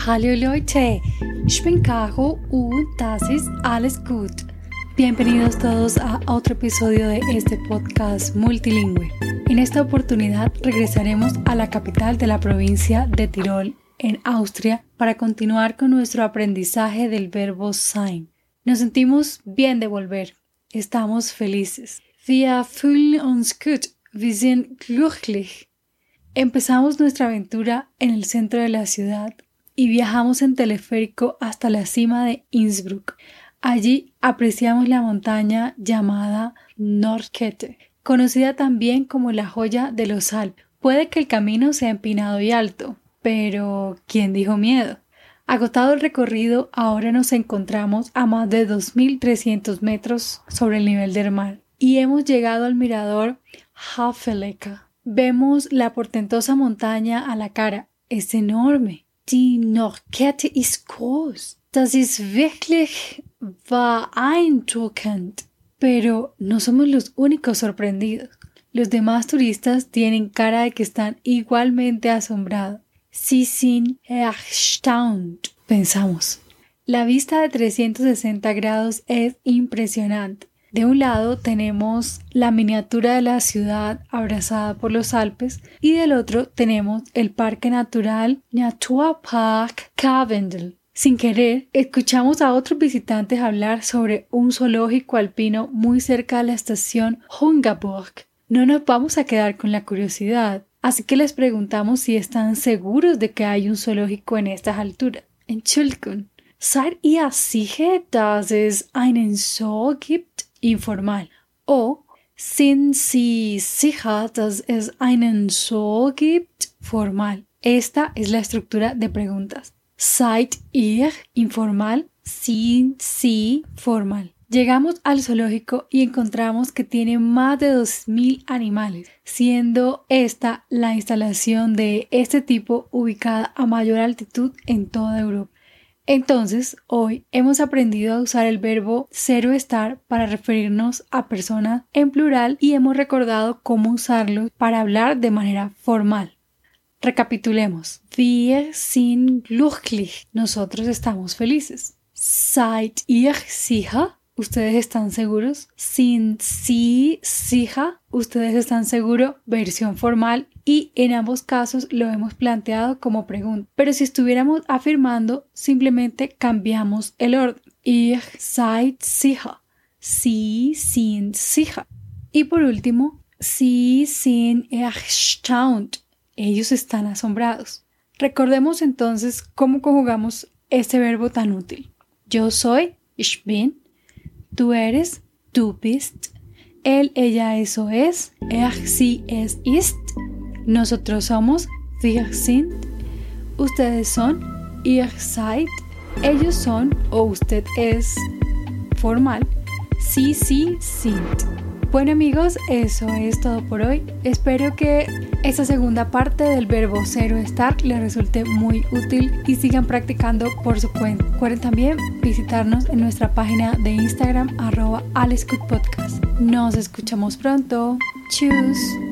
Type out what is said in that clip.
Hallo Leute, ich bin Caro und das ist alles gut. Bienvenidos todos a otro episodio de este podcast multilingüe. En esta oportunidad regresaremos a la capital de la provincia de Tirol, en Austria, para continuar con nuestro aprendizaje del verbo sein. Nos sentimos bien de volver. Estamos felices. Wir fühlen uns gut. Wir sind glücklich. Empezamos nuestra aventura en el centro de la ciudad y viajamos en teleférico hasta la cima de Innsbruck. Allí apreciamos la montaña llamada Nordkette, conocida también como la joya de los Alpes. Puede que el camino sea empinado y alto, pero ¿quién dijo miedo? Agotado el recorrido, ahora nos encontramos a más de 2.300 metros sobre el nivel del mar y hemos llegado al mirador Hafeleca. Vemos la portentosa montaña a la cara. Es enorme. Die Nordkette ist groß. Das ist wirklich beeindruckend. Pero no somos los únicos sorprendidos. Los demás turistas tienen cara de que están igualmente asombrados. Sie sind erstaunt, pensamos. La vista de 360 grados es impresionante. De un lado tenemos la miniatura de la ciudad abrazada por los Alpes y del otro tenemos el parque natural Naturpark Karwendel. Sin querer, escuchamos a otros visitantes hablar sobre un zoológico alpino muy cerca de la estación Hungerburg. No nos vamos a quedar con la curiosidad, así que les preguntamos si están seguros de que hay un zoológico en estas alturas. Entschuldigung, seid ihr sicher, dass es einen Zoo gibt? Informal. O sind Sie sicher, dass es einen Zoo gibt? Formal. Esta es la estructura de preguntas. Seid ihr? Informal. Sind Sie? Formal. Llegamos al zoológico y encontramos que tiene más de 2.000 animales, siendo esta la instalación de este tipo ubicada a mayor altitud en toda Europa. Entonces, hoy hemos aprendido a usar el verbo cero estar para referirnos a personas en plural y hemos recordado cómo usarlo para hablar de manera formal. Recapitulemos. Wir sind glücklich. Nosotros estamos felices. Seid ihr sicher? ¿Ustedes están seguros? Sind Sie sicher? ¿Ustedes están seguros? Versión formal. Y en ambos casos lo hemos planteado como pregunta. Pero si estuviéramos afirmando, simplemente cambiamos el orden. Ihr seid sicher. Sie sind sicher. Y por último, Sie sind erstaunt. Ellos están asombrados. Recordemos entonces cómo conjugamos este verbo tan útil. Yo soy, ich bin. Tú eres, du bist. Él, ella, eso es. Sie, es, ist. Nosotros somos, wir sind. Ustedes son, ihr seid. Ellos son, o usted es, formal. Sie, sie, sind. Bueno amigos, eso es todo por hoy. Espero que esta segunda parte del verbo cero estar les resulte muy útil y sigan practicando por su cuenta. Recuerden también visitarnos en nuestra página de Instagram @allesgoodpodcast. Nos escuchamos pronto. Tschüss.